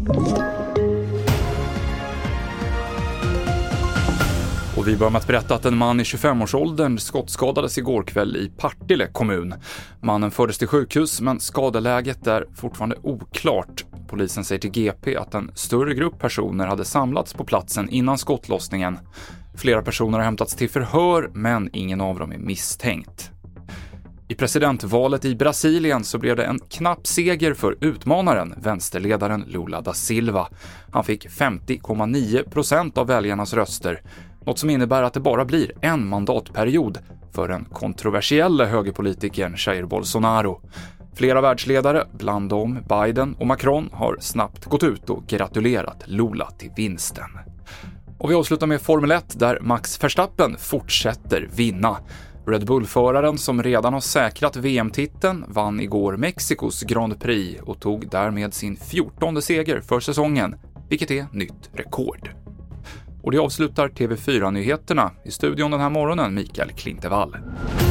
Och vi börjar med att berätta att en man i 25-årsåldern skottskadades igår kväll i Partille kommun. Mannen fördes till sjukhus, men skadeläget är fortfarande oklart. Polisen säger till GP att en större grupp personer hade samlats på platsen innan skottlossningen. Flera personer har hämtats till förhör, men ingen av dem är misstänkt. I presidentvalet i Brasilien så blev det en knapp seger för utmanaren, vänsterledaren Lula da Silva. Han fick 50,9% av väljarnas röster, något som innebär att det bara blir en mandatperiod för den kontroversiella högerpolitikern Jair Bolsonaro. Flera världsledare, bland dem Biden och Macron, har snabbt gått ut och gratulerat Lula till vinsten. Och vi avslutar med Formel 1 där Max Verstappen fortsätter vinna. Red Bull-föraren som redan har säkrat VM-titeln vann igår Mexikos Grand Prix och tog därmed sin 14:e seger för säsongen, vilket är nytt rekord. Och det avslutar TV4-nyheterna. I studion den här morgonen Mikael Klintevall.